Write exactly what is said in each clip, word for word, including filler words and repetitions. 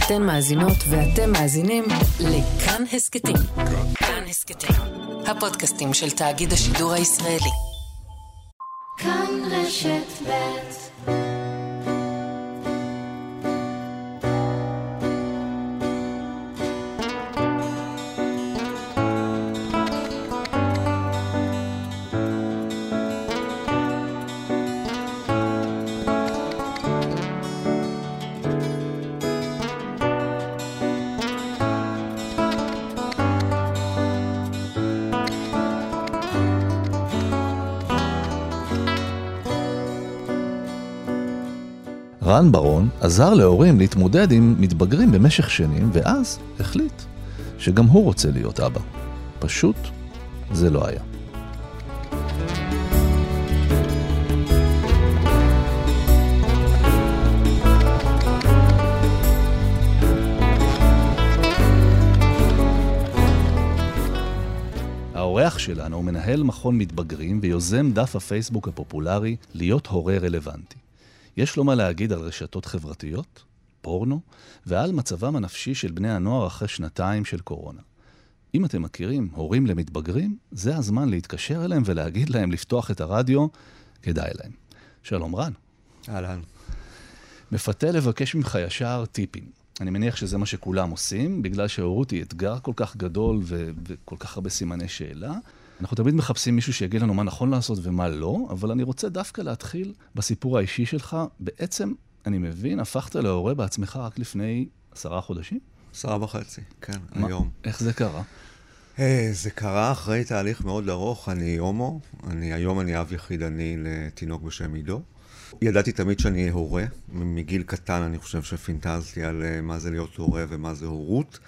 אתן מאזינות ואתם מאזינים לכאן הסקטים. כאן הסקטים, הפודקאסטים של תאגיד השידור הישראלי. כאן רשת ב'. רן ברון עזר להורים להתמודד עם מתבגרים במשך שנים, ואז החליט שגם הוא רוצה להיות אבא. פשוט זה לא היה. האורח שלנו הוא מנהל מכון מתבגרים ויוזם דף הפייסבוק הפופולרי להיות הורה רלוונטי. יש לו מה להגיד על רשתות חברתיות, פורנו, ועל מצבם הנפשי של בני הנוער אחרי שנתיים של קורונה. אם אתם מכירים הורים למתבגרים, זה הזמן להתקשר אליהם ולהגיד להם לפתוח את הרדיו, כדאי להם. שלום רן. אהלן. מפתה לבקש ממך ישר טיפים. אני מניח שזה מה שכולם עושים, בגלל שההורות היא אתגר כל כך גדול ו- וכל כך הרבה סימני שאלה. אנחנו תמיד מחפשים מישהו שיגיד לנו מה נכון לעשות ומה לא, אבל אני רוצה דווקא להתחיל בסיפור האישי שלך. בעצם, אני מבין, הפכת להורה בעצמך רק לפני עשרה חודשים? עשרה וחצי, כן, מה? היום. איך זה קרה? Hey, זה קרה אחרי תהליך מאוד ארוך. אני הומו, אני, היום אני אב יחידני לתינוק בשם עידו. ידעתי תמיד שאני אהיה הורה. מגיל קטן אני חושב שפינטזתי על מה זה להיות הורה ומה זה הורות.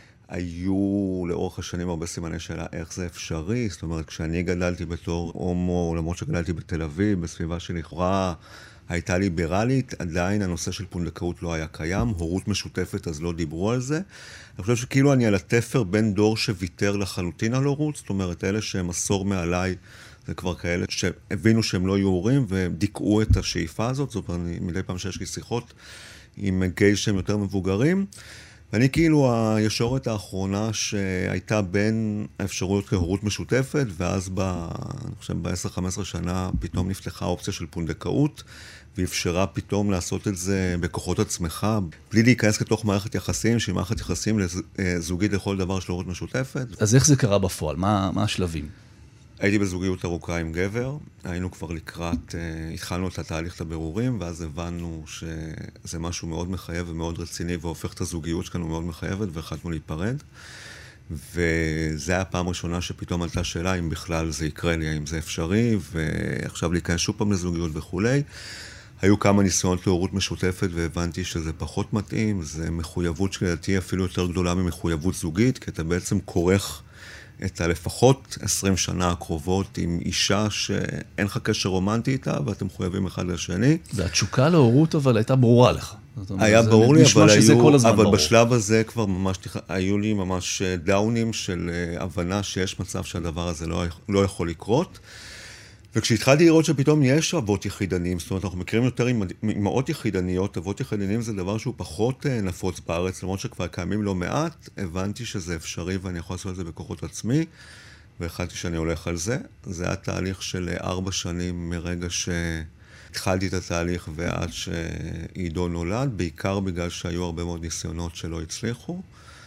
היו לאורך השנים הרבה סימני שאלה איך זה אפשרי. זאת אומרת, כשאני גדלתי בתור הומו, למרות שגדלתי בתל אביב, בסביבה שלכאורה הייתה ליברלית, עדיין הנושא של פונדקאות לא היה קיים. הורות משותפת, אז לא דיברו על זה. אני חושב שכאילו אני על התפר בין דור שוויתר לחלוטין על הורות, זאת אומרת, אלה שהם עשור מעליי, זה כבר כאלה שהבינו שהם לא יהיו הורים ודיכאו את השאיפה הזאת. זאת אומרת, מדי פעם שיש לי שיחות עם גיי שהם יותר מבוגרים, ואני כאילו הישורת האחרונה שהייתה בין האפשרויות כהורות משותפת, ואז ב, אני חושב ב-עשר חמש עשרה שנה פתאום נפתחה האופציה של פונדקאות, ואפשרה פתאום לעשות את זה בכוחות עצמך, בלי להיכנס לתוך מערכת יחסים, שהיא מערכת יחסים זוגית לכל דבר של הורות משותפת. אז איך זה קרה בפועל? מה, מה השלבים? הייתי בזוגיות ארוכה עם גבר, היינו כבר לקראת, התחלנו את התהליך את הבירורים, ואז הבנו שזה משהו מאוד מחייב ומאוד רציני, והופך את הזוגיות שלנו מאוד מחייבת, והחלטנו להיפרד. וזה היה הפעם הראשונה שפתאום עלתה שאלה אם בכלל זה יקרה לי, האם זה אפשרי, ועכשיו להיכנס שוב פעם לזוגיות וכולי. היו כמה ניסיונות להורות משותפת, והבנתי שזה פחות מתאים, זה מחויבות שלדעתי אפילו יותר גדולה ממחויבות זוגית, כי אתה בעצם כורך את הלפחות עשרים שנה הקרובות עם אישה שאין לך קשר רומנטי איתה, ואתם מחויבים אחד לשני. והתשוקה להורות אבל הייתה ברורה לך. היה ברור לי, אבל, היו, אבל ברור. בשלב הזה כבר ממש, היו לי ממש דאונים של הבנה שיש מצב שהדבר הזה לא, לא יכול לקרות. וכשהתחלתי לראות שפתאום יש אבות יחידנים, זאת אומרת, אנחנו מכירים יותר עם אמהות יחידניות, אבות יחידנים זה דבר שהוא פחות נפוץ בארץ, למרות שכבר קיימים לא מעט, הבנתי שזה אפשרי ואני יכול לעשות את זה בכוחות עצמי, והחלטתי שאני הולך על זה. זה היה תהליך של ארבע שנים מרגע שהתחלתי את התהליך ועד שעידו נולד, בעיקר בגלל שהיו הרבה מאוד ניסיונות שלא הצליחו,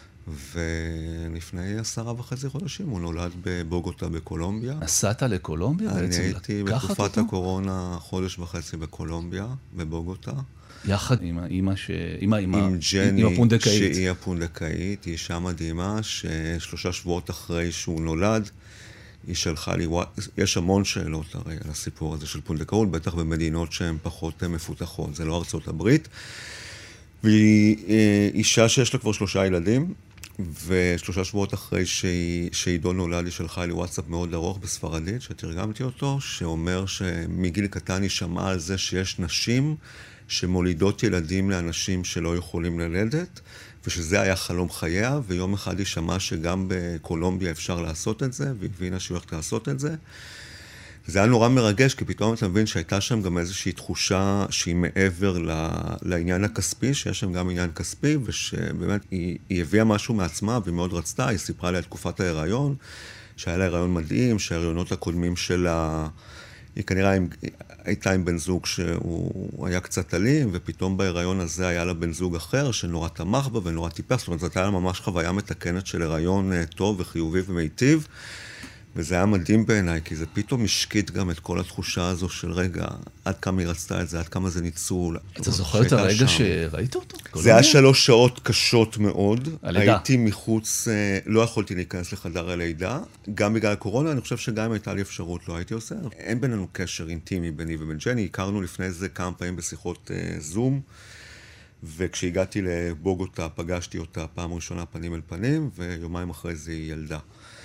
ולפני עשרה וחצי חודשים הוא נולד בבוגוטה בקולומביה. נסעת לקולומביה? אני הייתי בתקופת הקורונה חודש וחצי בקולומביה, בבוגוטה. יחד עם האמא ש... עם האמא... עם ג'ני, הפונדקאית. שהיא הפונדקאית, היא אישה מדהימה, ששלושה שבועות אחרי שהוא נולד, היא שלחה לי, יש המון שאלות הרי על הסיפור הזה של פונדקאות, בטח במדינות שהן פחות מפותחות, זה לא ארצות הברית. והיא אישה שיש לה כבר שלושה ילדים, ושלושה שבועות אחרי שעידו נולד, היא שלחה לי וואטסאפ מאוד ארוך בספרדית, שתרגמתי אותו, שאומר שמגיל קטן היא שמעה על זה שיש נשים שמולידות ילדים לאנשים שלא יכולים ללדת, ושזה היה חלום חייה, ויום אחד היא שמעה שגם בקולומביה אפשר לעשות את זה, והבינה שהיא הולכת לעשות את זה. זה היה נורא מרגש, כי פתאום אתה מבין שהייתה שם גם איזושהי תחושה שהיא מעבר לעניין הכספי, שיש שם גם עניין כספי, ושבאמת היא, היא הביאה משהו מעצמה, והיא מאוד רצתה, היא סיפרה לה את תקופת ההיריון, שהיה לה הריון מדהים, שההריונות הקודמים שלה, היא כנראה הייתה עם בן זוג שהוא היה קצת אלים, ופתאום בהיריון הזה היה לה בן זוג אחר, שנורא תמך בה ונורא טיפח, זאת אומרת, זאת הייתה לה ממש חוויה מתקנת של הריון טוב וחיובי ומיטיב, וזה היה מדהים בעיניי, כי זה פתאום השקיט גם את כל התחושה הזו של רגע, עד כמה היא רצתה את זה, עד כמה זה ניצול. אתה זוכר את הרגע שראית אותו? זה היה שלוש שעות קשות מאוד. הלידה. הייתי מחוץ, לא יכולתי להיכנס לחדר הלידה, גם בגלל הקורונה, אני חושב שגם אם הייתה לי אפשרות, לא הייתי עושה. אין בינינו קשר אינטימי ביני ובין ג'ני, הכרנו לפני זה כמה פעמים בשיחות זום, וכשהגעתי לבוגוטה, פגשתי אותה פעם ראשונה פנים אל פנים, ויומיים אחרי זה היא ילדה.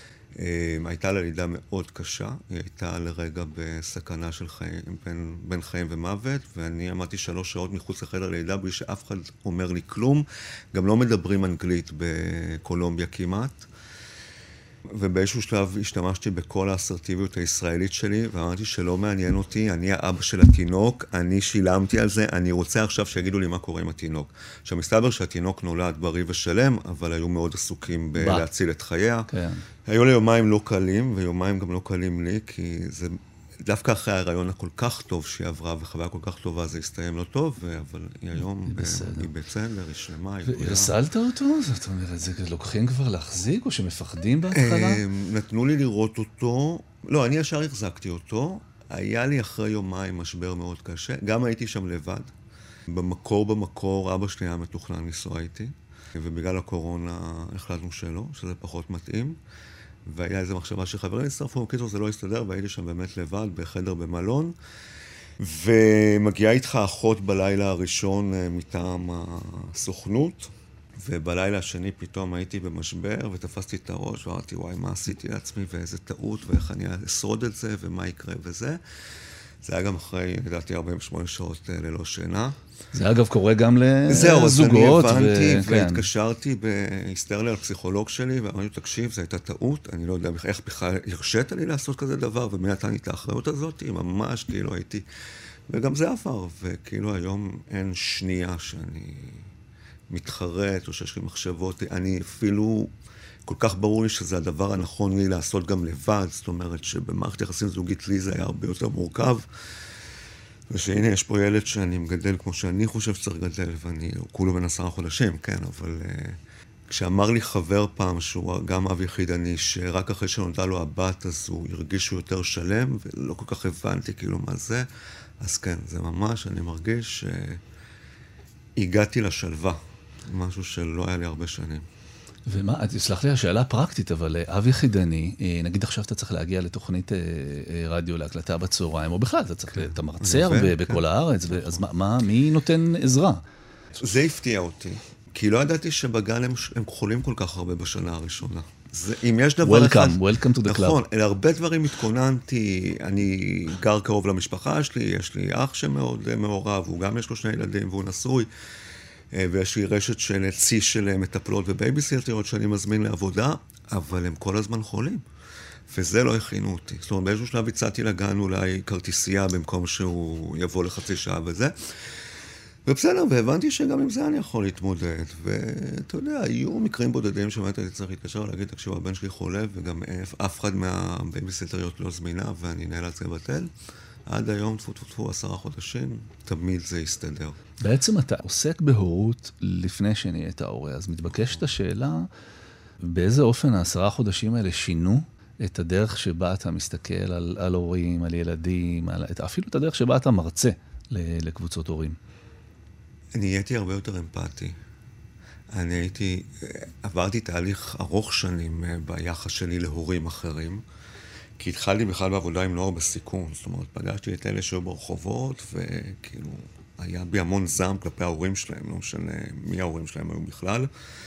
הייתה לה לידה מאוד קשה, היא הייתה לרגע בסכנה של חיים, בין, בין חיים ומוות, ואני עמדתי שלוש שעות מחוץ לחדר לידה בלי שאף אחד אומר לי כלום, גם לא מדברים אנגלית בקולומביה כמעט, ובאיזשהו שלב השתמשתי בכל האסרטיביות הישראלית שלי, ואמרתי שלא מעניין אותי, אני האבא של התינוק, אני שילמתי על זה, אני רוצה עכשיו שיגידו לי מה קורה עם התינוק. עכשיו מסתבר שהתינוק נולד בריא ושלם, אבל היו מאוד עסוקים בלהציל את חייה. כן. היו לי יומיים לא קלים, ויומיים גם לא קלים לי, כי זה דווקא אחרי ההיריון הכל כך טוב שהיא עברה, וחוויה כל כך טובה, זה הסתיים לא טוב, אבל היא היום היא בסדר, היא שלמה, היא גדולה. והסלת אותו? זאת אומרת, זה לוקחים כבר להחזיק, או שמפחדים בהתחלה? נתנו לי לראות אותו, לא, אני ישר החזקתי אותו, היה לי אחרי יומיים משבר מאוד קשה, גם הייתי שם לבד, במקור במקור, אבא שלי היה מתוכנן לנסוע איתי, ובגלל הקורונה החלטנו שלא, שזה פחות מתאים, והיה איזו מחשבה שחברים הצטרפו, קיצור זה לא הסתדר, והייתי שם באמת לבד בחדר במלון, ומגיעה איתך אחות בלילה הראשון מטעם הסוכנות, ובלילה השני פתאום הייתי במשבר, ותפסתי את הראש, ואמרתי, וואי, מה עשיתי לעצמי, ואיזה טעות, ואיך אני אשרוד את זה, ומה יקרה וזה. זה היה גם אחרי, לדעתי, ארבעים ושמונה שעות ללא שינה. זה אגב קורה גם לזוגות. זהו, אז אני הבנתי והתקשרתי בהיסטריה לפסיכולוג שלי, ואמרתי, תקשיב, זו הייתה טעות, אני לא יודע איך בכלל הרשית לי לעשות כזה דבר, ומי נתן לי את האחריות הזאת, ממש כאילו הייתי, וגם זה עבר, וכאילו היום אין שנייה שאני מתחרט, או שיש לי מחשבות, אני אפילו, כל כך ברור לי שזה הדבר הנכון לי לעשות גם לבד, זאת אומרת שבמערכת יחסים זוגית לי זה היה הרבה יותר מורכב, ושהנה יש פה ילד שאני מגדל כמו שאני חושב שצריך לגדל, ואני כולו בן עשרה חודשים, כן, אבל uh, כשאמר לי חבר פעם שהוא גם אב יחידני, שרק אחרי שנולדה לו הבת אז הוא הרגיש שהוא יותר שלם, ולא כל כך הבנתי כאילו מה זה, אז כן, זה ממש, אני מרגיש שהגעתי לשלווה, משהו שלא היה לי הרבה שנים. ומה, תסלח לי, השאלה פרקטית, אבל אב יחידני, נגיד עכשיו אתה צריך להגיע לתוכנית רדיו להקלטה בצהריים, או בכלל, אתה צריך, אתה מרצה הרבה בכל הארץ, אז מה, מי נותן עזרה? זה הפתיע אותי, כי לא ידעתי שבגן הם חולים כל כך הרבה בשנה הראשונה. אם יש דבר אחד... Welcome to the club. נכון, אלה הרבה דברים התכוננתי, אני גר קרוב למשפחה שלי, יש לי אח שמאוד מעורב, הוא גם יש לו שני ילדים והוא נשוי, ויש לי רשת של צי של מטפלות ובייביסיטריות שאני מזמין לעבודה, אבל הם כל הזמן חולים. וזה לא הכינו אותי. זאת אומרת, באיזשהו שלב הצעתי לגן אולי כרטיסייה במקום שהוא יבוא לחצי שעה וזה. ובסדר, והבנתי שגם עם זה אני יכול להתמודד. ואתה יודע, היו מקרים בודדים שבאמת הייתי צריך להתקשר ולהגיד, תקשיב, הבן שלי חולה, וגם אף אחד מהבייביסיטריות לא זמינה, ואני נאלץ לבטל. עד היום, תפו תפו תפו, עשרה חודשים, תמיד זה יסתדר. בעצם אתה עוסק בהורות לפני שנהיית ההורה, אז מתבקשת השאלה, באיזה אופן העשרה חודשים האלה שינו את הדרך שבה אתה מסתכל על, על הורים, על ילדים, על, אפילו את הדרך שבה אתה מרצה לקבוצות הורים? אני הייתי הרבה יותר אמפתי. אני הייתי, עברתי תהליך ארוך שנים ביחס שלי להורים אחרים, כי התחלתי בכלל בעבודה עם נוער בסיכון, זאת אומרת, פגשתי את אלה שהיו ברחובות, וכאילו, היה בי המון זעם כלפי ההורים שלהם, לא משנה מי ההורים שלהם היו בכלל.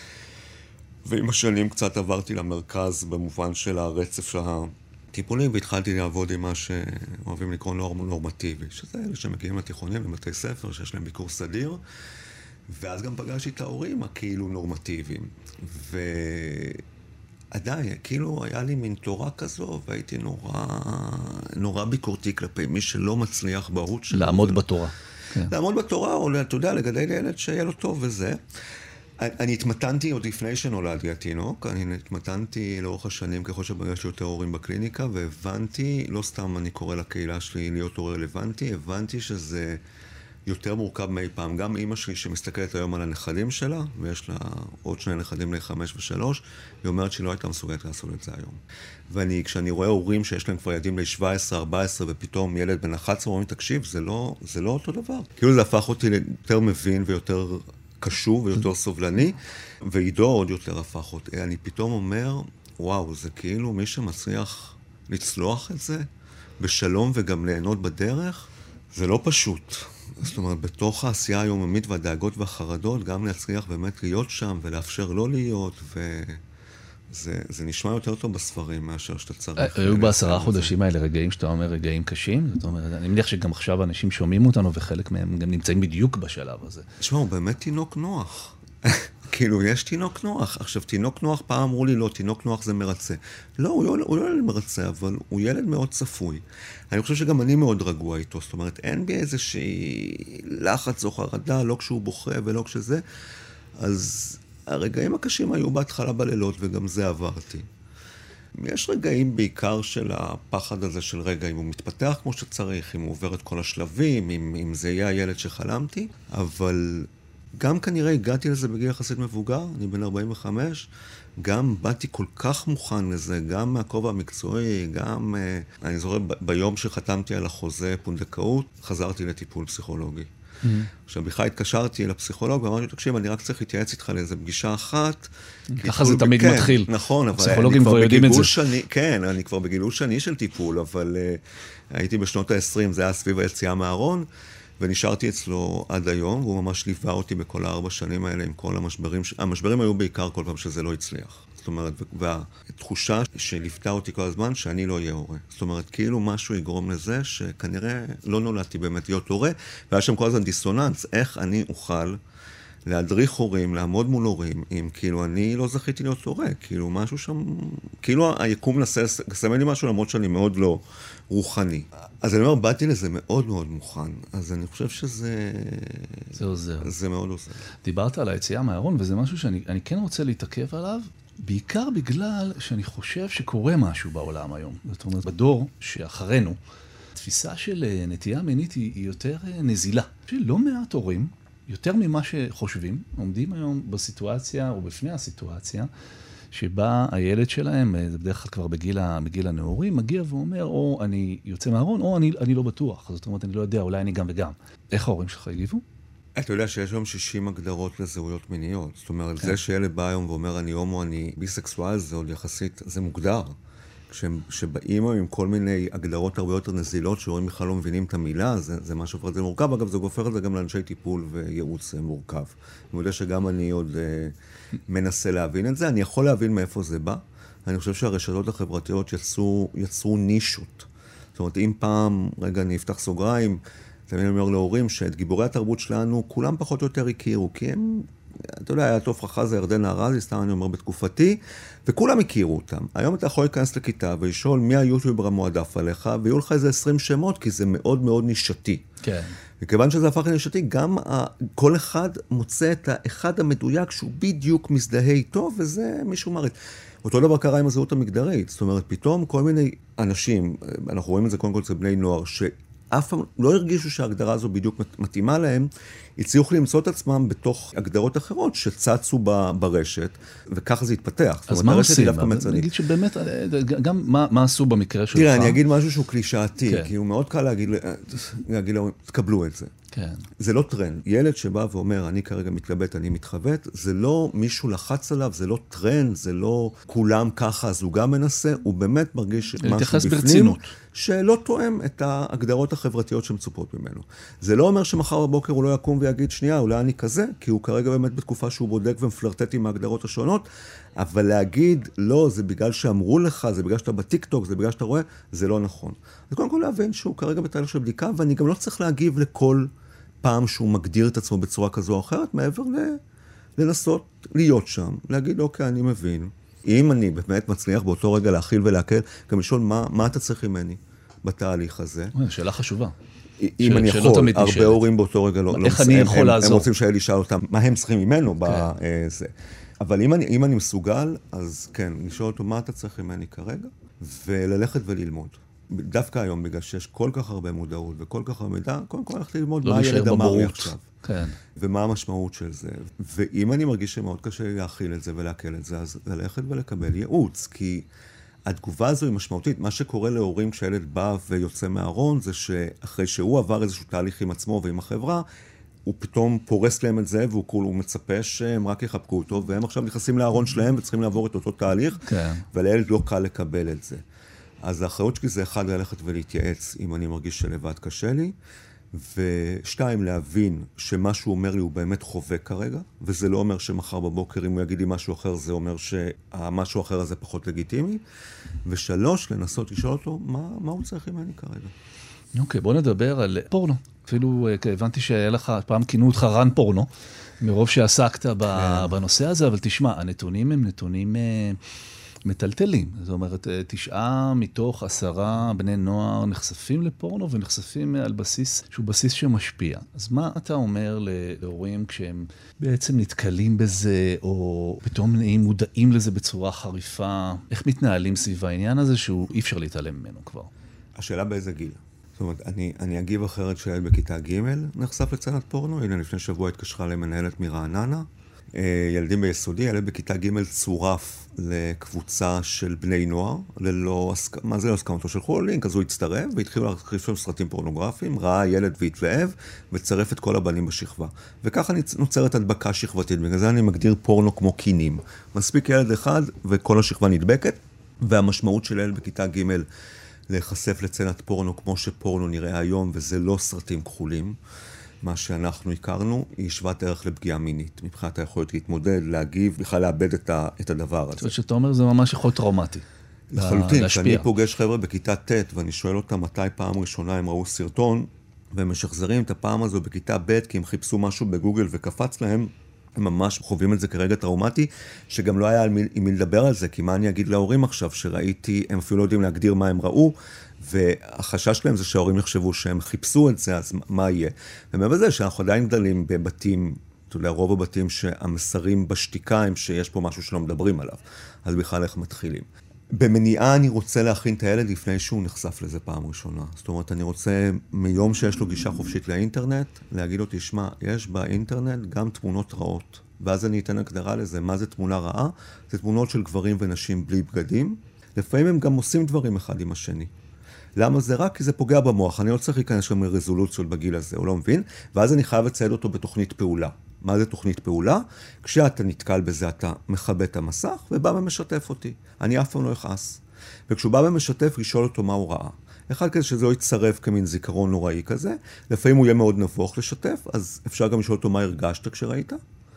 ועם השנים קצת עברתי למרכז במובן של הרצף של הטיפולים, והתחלתי לעבוד עם מה שאוהבים לקרוא נוער נורמטיבי, שזה אלה שמגיעים לתיכונים ובתי ספר, שיש להם ביקור סדיר, ואז גם פגשתי את ההורים הכאילו נורמטיביים. ו... עדיין, כאילו היה לי מין תורה כזו, והייתי נורא, נורא ביקורתי כלפי מי שלא מצליח בהות שלו. לעמוד בתורה. כן. לעמוד בתורה, או אתה יודע, לגדל ילד שיהיה לו טוב וזה. אני התמתנתי עוד לפני שנולדתי התינוק, אני התמתנתי לאורך השנים ככל שבגשתי יותר הורים בקליניקה, והבנתי, לא סתם אני קורא לקהילה שלי להיות הורה רלוונטי, הבנתי שזה יותר מורכב מאי פעם. גם אמא שלי שמסתכלת היום על הנכדים שלה, ויש לה עוד שני נכדים בני חמש ושלוש, היא אומרת שהיא לא הייתה מסוגלת לעשות את זה היום. ואני, כשאני רואה הורים שיש להם כבר ילדים ל-שבע עשרה ארבע עשרה, ופתאום ילד בן אחת עשרה, אומרים, תקשיב, זה לא, זה לא אותו דבר. כאילו זה הפך אותי ליותר מבין ויותר קשוב ויותר סובלני, ועידו עוד יותר הפך אותי. אני פתאום אומר, וואו, זה כאילו מי שמצליח לצלוח את זה בשלום וגם ליהנות בדרך, זה לא פשוט. זאת אומרת, בתוך העשייה היוממית והדאגות והחרדות, גם להצליח באמת להיות שם ולאפשר לא להיות, וזה זה נשמע יותר טוב בספרים מאשר שאתה צריך. היו בעשרה חודשים האלה רגעים שאתה אומר רגעים קשים? זאת אומרת, אני מניח שגם עכשיו אנשים שומעים אותנו וחלק מהם גם נמצאים בדיוק בשלב הזה. תשמע, הוא באמת תינוק נוח. כאילו, יש תינוק נוח. עכשיו, תינוק נוח, פעם אמרו לי, לא, תינוק נוח זה מרצה. לא, הוא לא, הוא לא ילד מרצה, אבל הוא ילד מאוד צפוי. אני חושב שגם אני מאוד רגוע איתו. זאת אומרת, אין בי איזושהי לחץ או חרדה, לא כשהוא בוכה ולא כשזה. אז הרגעים הקשים היו בהתחלה בלילות, וגם זה עברתי. יש רגעים בעיקר של הפחד הזה של רגע, אם הוא מתפתח כמו שצריך, אם הוא עובר את כל השלבים, אם, אם זה יהיה הילד שחלמתי, אבל גם כנראה הגעתי לזה בגיל יחסית מבוגר, אני בן ארבעים וחמש, גם באתי כל כך מוכן לזה, גם מהכובע המקצועי, גם, אני זוכר, ב- ביום שחתמתי על החוזה פונדקאות, חזרתי לטיפול פסיכולוגי. Mm-hmm. עכשיו, בכלל התקשרתי לפסיכולוג, ואמרתי, תקשיב, אני רק צריך להתייעץ איתך לאיזה פגישה אחת. ככה זה תמיד כן, מתחיל. נכון, אבל פסיכולוגים כבר יודעים את זה. שני, כן, אני כבר בגילוי שני של טיפול, אבל uh, הייתי בשנות ה-עשרים, זה היה סביב היציאה מהארון, ונשארתי אצלו עד היום, והוא ממש ליווה אותי בכל הארבע שנים האלה עם כל המשברים. המשברים היו בעיקר כל פעם שזה לא הצליח. זאת אומרת, והתחושה שליוותה אותי כל הזמן, שאני לא אהיה הורה. זאת אומרת, כאילו משהו יגרום לזה שכנראה לא נולדתי באמת להיות הורה, והיה שם כל הזמן דיסוננס, איך אני אוכל להדריך הורים, לעמוד מול הורים, אם כאילו אני לא זכיתי להיות הורה, כאילו משהו שם, כאילו היקום נסה לסמן לי משהו, למרות שאני מאוד לא רוחני. אז אני אומר, באתי לזה מאוד מאוד מוכן, אז אני חושב שזה... זה עוזר. זה מאוד עוזר. דיברת על היציאה מהארון, וזה משהו שאני אני כן רוצה להתעכב עליו, בעיקר בגלל שאני חושב שקורה משהו בעולם היום. זאת אומרת, בדור שאחרינו, התפיסה של נטייה מינית היא, היא יותר נזילה. שלא מעט הורים, יותר ממה שחושבים, עומדים היום בסיטואציה או בפני הסיטואציה, שבה הילד שלהם, זה בדרך כלל כבר בגיל, בגיל הנעורים, מגיע ואומר, או אני יוצא מהארון, או אני, אני לא בטוח. זאת אומרת, אני לא יודע, אולי אני גם וגם. איך ההורים שלך הגיבו? אתה יודע שיש היום שישים הגדרות לזהויות מיניות. זאת אומרת, כן. זה שילד בא היום ואומר, אני הומו, אני ביסקסואל, זה עוד יחסית, זה מוגדר. כשבאים עם כל מיני הגדרות הרבה יותר נזילות, שהורים בכלל לא מבינים את המילה, זה, זה משהו פרט, זה מורכב. אגב, זה גופר את זה גם לאנשי טיפול וייעוץ מורכב. אני יודע שגם אני עוד uh, מנסה להבין את זה. אני יכול להבין מאיפה זה בא. אני חושב שהרשתות החברתיות יצרו, יצרו נישות. זאת אומרת, אם פעם, רגע, אני אפתח סוגריים, תמיד אני אומר להורים שאת גיבורי התרבות שלנו, כולם פחות או יותר הכירו, כי הם, אתה יודע, היה טוב חכה ירדן ארזי, סתם אני אומר בתקופתי, וכולם הכירו אותם. היום אתה יכול להיכנס לכיתה ולשאול מי היוטיובר המועדף עליך, ויהיו לך איזה עשרים שמות, כי זה מאוד מאוד נישתי. כן. וכיוון שזה הפך לנישתי, גם ה... כל אחד מוצא את האחד המדויק שהוא בדיוק מזדהה איתו, וזה מישהו מראה. אותו דבר קרה עם הזהות המגדרית. זאת אומרת, פתאום כל מיני אנשים, אנחנו רואים את זה קודם כל אצל בני נוער, שאף פעם לא הרגישו שההגדרה הזו בדיוק מתאימה להם, הצליחו למצוא את עצמם בתוך הגדרות אחרות שצצו ברשת, וככה זה התפתח. אז מה עושים? אני אגיד שבאמת, גם מה, מה עשו במקרה שלך? תראה, אני אגיד משהו שהוא קלישאתי, כן. כי הוא מאוד קל להגיד, להגיד להם, תקבלו את זה. כן. זה לא טרנד. ילד שבא ואומר, אני כרגע מתלבט, אני מתחבט, זה לא מישהו לחץ עליו, זה לא טרנד, זה לא כולם ככה, אז הוא גם מנסה, הוא באמת מרגיש משהו בפנים, שלא תואם את ההגדרות החברתיות שמצופות ממנו. זה לא אומר שמחר בבוקר הוא לא יקום ויגיד, שנייה, אולי אני כזה, כי הוא כרגע באמת בתקופה שהוא בודק ומפלרטט עם ההגדרות השונות, אבל להגיד, לא, זה בגלל שאמרו לך, זה בגלל שאתה בטיקטוק, זה בגלל שאתה רואה, זה לא נכון. אז קודם כל להבין שהוא כרגע בתהליך של בדיקה, ואני גם לא צריך להגיב לכל פעם שהוא מגדיר את עצמו בצורה כזו או אחרת, מעבר ל... לנסות להיות שם, להגיד, אוקיי, אני מבין. אם אני באמת מצליח באותו רגע להכיל ולהקל, גם לשאול מה, מה אתה צריך ממני בתהליך הזה. שאלה חשובה. אם אני יכול, הרבה הורים באותו רגע לא... איך אני יכול לעזור? הם רוצים שהילד ישאל אותם מה הם צריכים ממנו בזה. אבל אם אני, אם אני מסוגל, אז כן, לשאול אותו מה אתה צריך ממני כרגע, וללכת וללמוד. דווקא היום, בגלל שיש כל כך הרבה מודעות וכל כך הרבה מידע, קודם כל הלכתי ללמוד מה הילד אמר לי עכשיו. כן. ומה המשמעות של זה. ואם אני מרגיש שמאוד קשה להכיל את זה ולהקל את זה, אז ללכת ולקבל ייעוץ, כי התגובה הזו היא משמעותית. מה שקורה להורים כשהילד בא ויוצא מהארון, זה שאחרי שהוא עבר איזשהו תהליך עם עצמו ועם החברה, הוא פתאום פורס להם את זה, והוא כולו מצפה שהם רק יחבקו אותו, והם עכשיו נכנסים לארון שלהם וצריכים לעבור את אותו תהליך, כן. ולילד לא קל לקבל את זה. אז האחריות שלי זה אחד, ללכת ולהתייעץ אם אני מרגיש שלבד קשה לי, ושתיים, להבין שמה שהוא אומר לי הוא באמת חווה כרגע, וזה לא אומר שמחר בבוקר אם הוא יגיד לי משהו אחר, זה אומר שהמשהו אחר הזה פחות לגיטימי, ושלוש, לנסות לשאול אותו מה, מה הוא צריך ממני כרגע. אוקיי, בוא נדבר על פורנו. אפילו הבנתי שהיה לך, פעם כינו אותך רן פורנו, מרוב שעסקת בנושא הזה, אבל תשמע, הנתונים הם נתונים מטלטלים. זאת אומרת, תשעה מתוך עשרה בני נוער נחשפים לפורנו, ונחשפים על בסיס שהוא בסיס שמשפיע. אז מה אתה אומר להורים כשהם בעצם נתקלים בזה, או פתאום נהיים מודעים לזה בצורה חריפה? איך מתנהלים סביב העניין הזה שהוא אי אפשר להתעלם ממנו כבר? השאלה באיזה גיל? זאת אומרת, אני, אני אגיב אחרת שילד בכיתה ג' נחשף לצנת פורנו. הנה, לפני שבוע התקשרה למנהלת מרעננה. ילדים ביסודי, ילד בכיתה ג' צורף לקבוצה של בני נוער, ללא הסכמה, מה זה לא הסכמתו של חולינק, אז הוא הצטרף והתחילו להכריף שם סרטים פורנוגרפיים, ראה ילד והתלהב וצרף את כל הבנים בשכבה. וככה נוצרת הדבקה שכבתית, בגלל זה אני מגדיר פורנו כמו קינים. מספיק ילד אחד וכל השכבה נדבקת, והמשמעות של ילד בכיתה ג' להיחשף לצנת פורנו כמו שפורנו נראה היום, וזה לא סרטים כחולים. מה שאנחנו הכרנו, היא שוות ערך לפגיעה מינית. מבחינת היכולת להתמודד, להגיב, בכלל לאבד את, ה, את הדבר הזה. זאת אומרת שאתה אומר, זה ממש יכול טראומטי. לחלוטין, כשאני פוגש חבר'ה בכיתה ט' ואני שואל אותם מתי פעם ראשונה הם ראו סרטון, והם משחזרים את הפעם הזו בכיתה ב' כי הם חיפשו משהו בגוגל וקפץ להם, הם ממש חווים את זה כרגע טראומטי, שגם לא היה עם מי, עם מי לדבר על זה, כי מה אני אגיד להורים עכשיו שראיתי, הם אפילו לא יודעים להגדיר מה הם ראו, והחשש שלהם זה שההורים יחשבו שהם חיפשו את זה, אז מה יהיה? ומעבר לזה שאנחנו עדיין גדלים בבתים, אתה יודע, רוב הבתים שהמסרים בשתיקה הם שיש פה משהו שלא מדברים עליו, אז בכלל איך מתחילים. במניעה אני רוצה להכין את הילד לפני שהוא נחשף לזה פעם ראשונה. זאת אומרת, אני רוצה מיום שיש לו גישה חופשית לאינטרנט, להגיד לו, תשמע, יש באינטרנט גם תמונות רעות. ואז אני אתן הגדרה לזה, מה זה תמונה רעה? זה תמונות של גברים ונשים בלי בגדים. לפעמים הם גם עושים דברים אחד עם השני. למה זה רק? כי זה פוגע במוח. אני לא צריך להיכנס שם לרזולוציות בגיל הזה, הוא לא מבין. ואז אני חייב לצייד אותו בתוכנית פעולה. מה זה תוכנית פעולה? כשאתה נתקל בזה, אתה מכבה את המסך ובא ומשתף אותי. אני אף פעם לא אכעס. וכשהוא בא ומשתף, לשאול אותו מה הוא ראה. אחד כזה שזה לא יצרף כמין זיכרון נוראי כזה, לפעמים הוא יהיה מאוד נבוך לשתף, אז אפשר גם לשאול אותו מה הרגשת כשראית.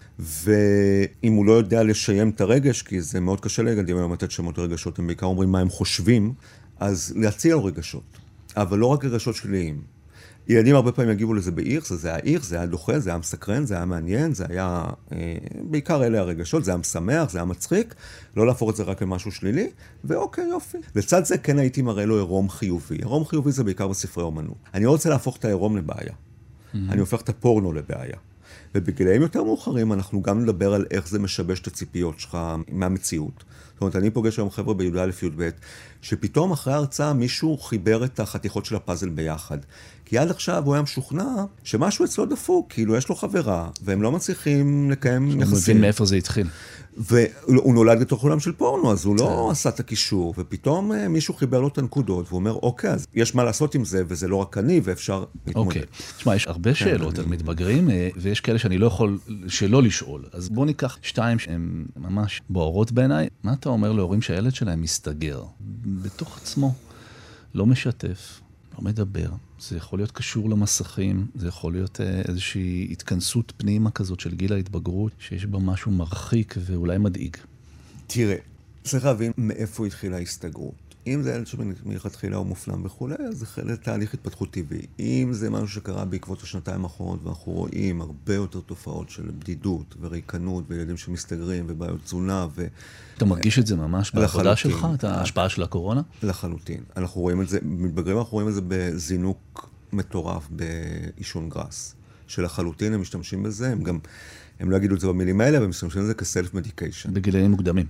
ואם הוא לא יודע לשיים את הרגש, כי זה מאוד קשה לילדים היום לתת שמות רגשות, הם בעיקר אומרים מה הם חושבים, אז להציע לו רגשות. אבל לא רק רגשות שליליים. ילדים הרבה פעמים יגיבו לזה באיך, זה היה איך, זה היה דוחה, זה היה מסקרן, זה היה מעניין, זה היה, אה, בעיקר אלה הרגשות, זה היה משמח, זה היה מצחיק, לא להפוך את זה רק למשהו שלילי, ואוקיי, יופי. לצד זה כן הייתי מראה לו עירום חיובי. עירום חיובי זה בעיקר בספרי אומנות. אני לא רוצה להפוך את העירום לבעיה. Mm-hmm. אני הופך את הפורנו לבעיה. ובגילאים יותר מאוחרים אנחנו גם נדבר על איך זה משבש את הציפיות שלך מהמציאות. זאת אומרת, אני פוגש היום חבר'ה בי"א י"ב, שפתאום אחרי ההרצאה מישהו חיבר את החתיכות של הפאזל ביחד. כי עד עכשיו הוא היה משוכנע שמשהו אצלו דפוק, כאילו יש לו חברה, והם לא מצליחים לקיים יחסים. הוא מבין מאיפה זה התחיל. והוא נולד בתוך עולם של פורנו, אז הוא לא עשה את הקישור, ופתאום מישהו חיבר לו את הנקודות, והוא אומר, אוקיי, אז יש מה לעשות עם זה, וזה לא רק אני, ואפשר להתמודד. אוקיי. תשמע, יש הרבה שאלות על מתבגרים, ויש כאלה שאני לא יכול שלא לשאול. אז בוא ניקח שתיים שהן ממש בוערות בעיניי. מה אתה אומר להורים שהילד שלהם מסתגר? בתוך עצמו, לא משתף, לא מדבר. זה יכול להיות קשור למסכים, זה יכול להיות איזושהי התכנסות פנימה כזאת של גיל ההתבגרות, שיש בה משהו מרחיק ואולי מדאיג. תראה, צריך להבין מאיפה התחילה ההסתגרות. אם זה ילד שמלכתחילה הוא מופנם וכו', אז זה חלק תהליך התפתחות טבעי. אם זה משהו שקרה בעקבות השנתיים האחרונות, ואנחנו רואים הרבה יותר תופעות של בדידות וריקנות, וילדים שמסתגרים, ובעיות תזונה, ו... אתה מרגיש את זה ממש בעבודה שלך, את ההשפעה של הקורונה? לחלוטין. אנחנו רואים את זה, מתבגרים אנחנו רואים את זה בזינוק מטורף, באישון גרס. שלחלוטין הם משתמשים בזה, הם גם, הם לא יגידו את זה במילים האלה, אבל הם משתמשים בזה כסלף מדיקיישן. בגילאים מוקדמים.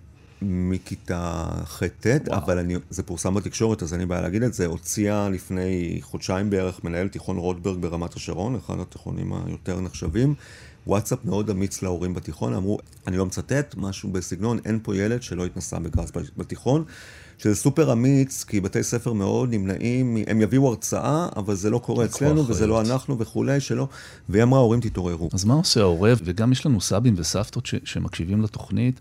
מכיתה ח'-ט', אבל אני, זה פורסם בתקשורת, אז אני בא להגיד את זה, הוציאה לפני חודשיים בערך מנהל תיכון רוטברג ברמת השרון, אחד התיכונים היותר נחשבים, וואטסאפ מאוד אמיץ להורים בתיכון, אמרו, אני לא מצטט, משהו בסגנון, אין פה ילד שלא התנסה בגרס בתיכון, שזה סופר אמיץ, כי בתי ספר מאוד נמנעים, הם יביאו הרצאה, אבל זה לא קורה אצלנו, וזה לא אנחנו וכולי, שלא, והיא אמרה, ההורים תתעוררו. אז מה עושה ההורה? וגם יש לנו סבים וסבתות ש- שמקשיבים לתוכנית,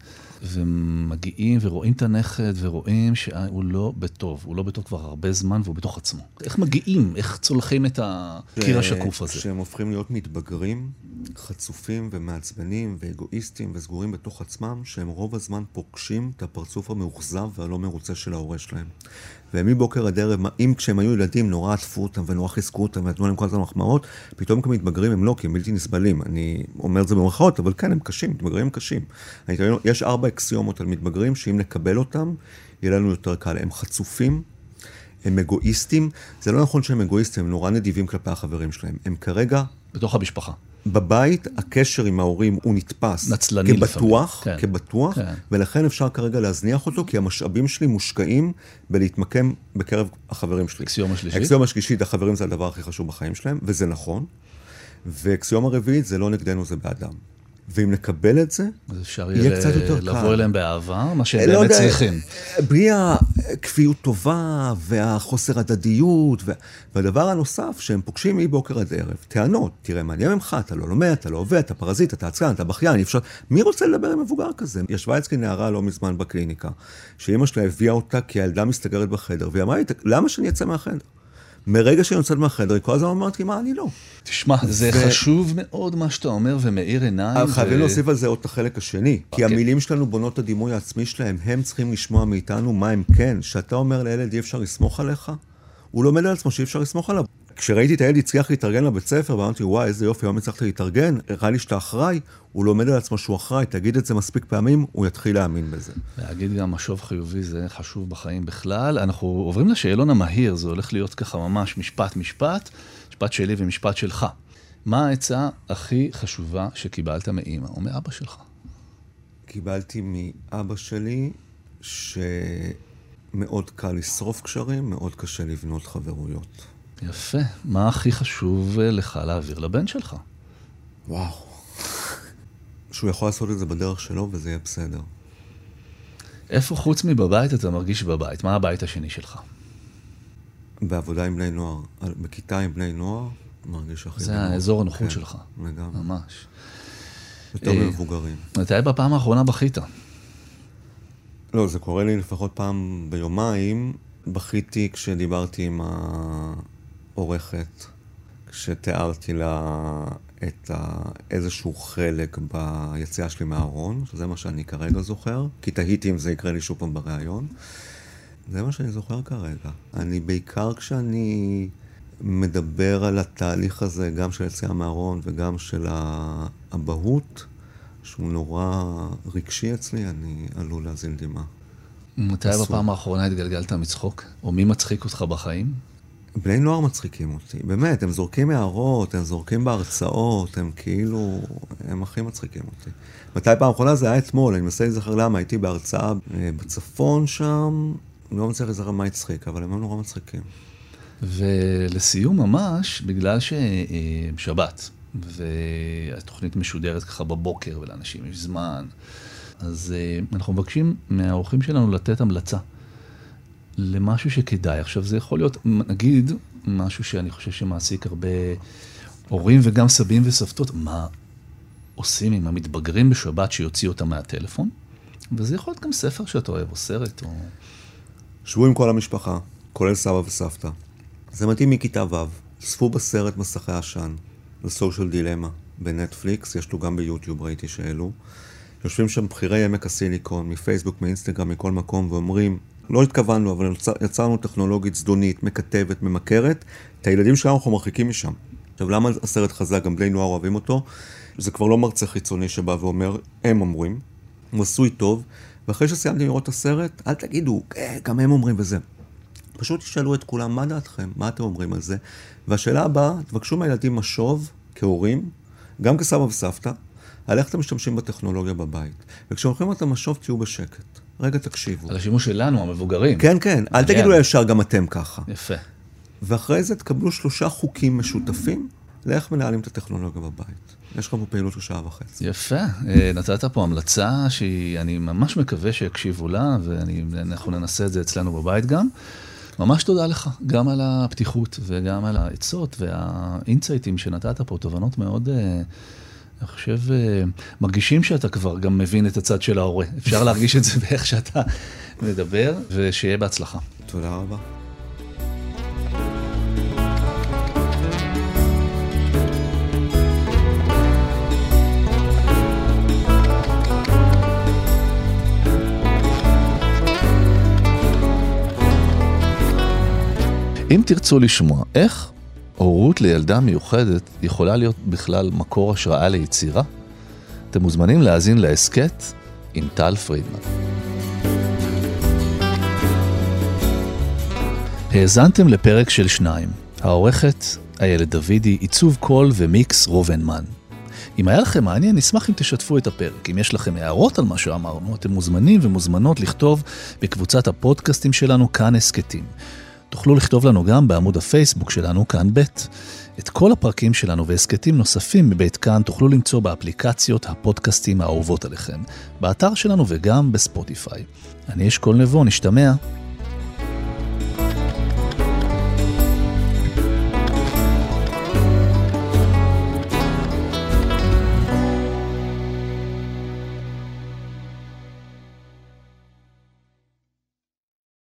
ומגיעים ורואים את הנכד, ורואים שהוא לא בטוב, הוא לא בטוב כבר הרבה זמן, והוא בתוך עצמו. איך מגיעים? איך צולחים את הקיר השקוף הזה? שהם הופכים להיות מתבגרים, חצופים ומעצבנים ואגואיסטים וסגורים בתוך עצמם, שהם רוב הזמן פוגשים את הפרצוף המאוכזב והלא מרוצה של ההורה שלהם. ומבוקר עד ערב, אם כשהם היו ילדים נורא עטפו אותם ונורא חיזקו אותם ונתנו להם כל הזמן מחמאות, פתאום כמתבגרים הם לא, כי הם בלתי נסבלים. אני אומר את זה במרכאות, אבל כן, הם קשים, מתבגרים הם קשים. אני תמיד, יש ארבע אקסיומות על מתבגרים, שאם נקבל אותם, יהיה לנו יותר קל. הם חצופים, הם אגואיסטים. זה לא נכון שהם אגואיסטים, הם נורא נדיבים כלפי החברים שלהם. הם כרגע... בתוך המשפחה. בבית, הקשר עם ההורים הוא נתפס נצלני כבטוח, כן. כבטוח, כן. ולכן אפשר כרגע להזניח אותו, כי המשאבים שלי מושקעים בלהתמקם בקרב החברים שלי. אקסיומה שלישית? אקסיומה שלישית, החברים זה הדבר הכי חשוב בחיים שלהם, וזה נכון. ואקסיומה רביעית, זה לא נגדנו, זה באדם. ואם נקבל את זה, אפשר יהיה קצת יותר קל. לבוא אליהם באהבה, מה שהם באמת צריכים. בלי הכפיות טובה והחוסר הדדיות, והדבר הנוסף שהם פוגשים מבוקר עד ערב, טענות, תראה, מעניין ממך, אתה לא לומד, אתה לא עובד, אתה פרזיט, אתה עצלן, אתה בכיין, אפשר... מי רוצה לדבר עם מבוגר כזה? ישבה אצלי נערה לא מזמן בקליניקה, שאמא שלה הביאה אותה כי הילדה מסתגרת בחדר, והיא אמרה לי, למה שאני אצא מהחדר? מרגע שאני יוצאת מהחדר, כל הזמן אמרת לי, מה אני לא? תשמע, זה חשוב מאוד מה שאתה אומר, ומאיר עיניים. חייבים להוסיף על זה עוד את החלק השני, כי המילים שלנו בונות את הדימוי העצמי שלהם, הם צריכים לשמוע מאיתנו מה הם כן. שאתה אומר לילד, אי אפשר לסמוך עליך, הוא לומד על עצמו שאי אפשר לסמוך עליו. כשראיתי את הילד הצליח להתארגן לבית ספר, ואמרתי, וואי, איזה יופי, היום הצלחת להתארגן, הראה לי שאתה אחראי, הוא לומד על עצמו שהוא אחראי, תגיד את זה מספיק פעמים, הוא יתחיל להאמין בזה. להגיד גם משוב חיובי, זה חשוב בחיים בכלל. אנחנו עוברים לשאלון המהיר, זה הולך להיות ככה ממש משפט משפט, משפט שלי ומשפט שלך. מה העצה הכי חשובה שקיבלת מאמא או מאבא שלך? קיבלתי מאבא שלי שמאוד קל לשרוף קשרים, מאוד קשה לבנות חברויות. יפה. מה הכי חשוב לך להעביר לבן שלך? וואו. שהוא יכול לעשות את זה בדרך שלו וזה יהיה בסדר. איפה חוץ מבבית אתה מרגיש בבית? מה הבית השני שלך? בעבודה עם בני נוער. בכיתה עם בני נוער מרגיש הכי... זה האזור הנוחות כן, שלך. לגמרי. ממש. יותר מבוגרים. מתי בפעם האחרונה בכית? לא, זה קורה לי לפחות פעם ביומיים. בכיתי כשדיברתי עם העורכת, כשתיארתי לה את איזשהו חלק ביציאה שלי מהארון, שזה מה שאני כרגע זוכר, כי תהיתי אם זה יקרה לי שוב פעם בריאיון. זה מה שאני זוכר כרגע. אני בעיקר כשאני מדבר על התהליך הזה, גם של יציאה מהארון וגם של האבהות, שהוא נורא רגשי אצלי, אני עלול להזיל דמעה. מתי בפעם האחרונה התגלגלת מצחוק? או מי מצחיק אותך בחיים? בני נוער מצחיקים אותי. באמת, הם זורקים הערות, הם זורקים בהרצאות, הם כאילו, הם הכי מצחיקים אותי. מתי פעם האחרונה זה היה אתמול, אני מנסה להיזכר למה, הייתי בהרצאה בצפון שם, אני לא מצליח להיזכר מה הצחיק, אבל הם נורא מצחיקים. ולסיום ממש, בגלל ששבת, והתוכנית משודרת ככה בבוקר, ולאנשים יש זמן, אז uh, אנחנו מבקשים מהאורחים שלנו לתת המלצה למשהו שכדאי. עכשיו זה יכול להיות, נגיד, משהו שאני חושב שמעסיק הרבה הורים וגם סבים וסבתות, מה עושים עם המתבגרים בשבת שיוציא אותם מהטלפון, וזה יכול להיות גם ספר שאתה אוהב, או סרט, או... שבו עם כל המשפחה, כולל סבא וסבתא. זה מתאים מכיתה ו', צפו בסרט מסכי עשן, לסושיאל דילמה, בנטפליקס, יש לו גם ביוטיוב, ראיתי שאלו. יושבים שם בחירי עמק הסיליקון, מפייסבוק, מאינסטגרם, מכל מקום, ואומרים, לא התכוונו, אבל יצרנו טכנולוגית זדונית, מקטבת, ממכרת. את הילדים שלנו אנחנו מרחיקים משם. עכשיו, למה הסרט חזק? גם בני נוער אוהבים אותו. זה כבר לא מרצה חיצוני שבא ואומר, הם אומרים, הוא עשוי טוב, ואחרי שסיימתי לראות את הסרט, אל תגידו, אה, גם הם אומרים וזה. פשוט תשאלו את כולם, מה דעתכם? מה אתם אומרים על זה? והשאלה הבאה, תבקשו מהילדים משוב, כהורים, גם כסבא וסבתא, על איך אתם משתמשים בטכנולוגיה בבית. וכשהולכים את המשוב, תהיו בשקט. רגע, תקשיבו. על השימוש שלנו, המבוגרים. כן, כן. אל תגידו ישר גם אתם ככה. יפה. ואחרי זה תקבלו שלושה חוקים משותפים לאיך מנהלים את הטכנולוגיה בבית. יש לך פה פעילות של שעה וחצי. יפה. נתת פה המלצה שאני ממש מקווה שיקשיבו לה, ואנחנו ננסה את זה אצלנו בבית גם. ממש תודה לך, גם על הפתיחות וגם על העצות והאינסייטים שנתת פה, תובנות מאוד, אני חושב, מרגישים שאתה כבר גם מבין את הצד של ההורה. אפשר להרגיש את זה באיך שאתה מדבר, ושיהיה בהצלחה. תודה רבה. אם תרצו לשמוע איך הורות לילדה מיוחדת יכולה להיות בכלל מקור השראה ליצירה, אתם מוזמנים להאזין להסכת עם טל פרידמן. האזנתם לפרק של שניים, העורכת איילת דוידי, עיצוב קול ומיקס רובנמן. אם היה לכם מעניין, נשמח אם תשתפו את הפרק. אם יש לכם הערות על מה שאמרנו, אתם מוזמנים ומוזמנות לכתוב בקבוצת הפודקאסטים שלנו כאן הסכתים. תוכלו לכתוב לנו גם בעמוד הפייסבוק שלנו כאן בית. את כל הפרקים שלנו והסכתים נוספים מבית כאן תוכלו למצוא באפליקציות הפודקאסטים האהובות עליכם, באתר שלנו וגם בספוטיפיי. אני אשכול נבו, נשתמע.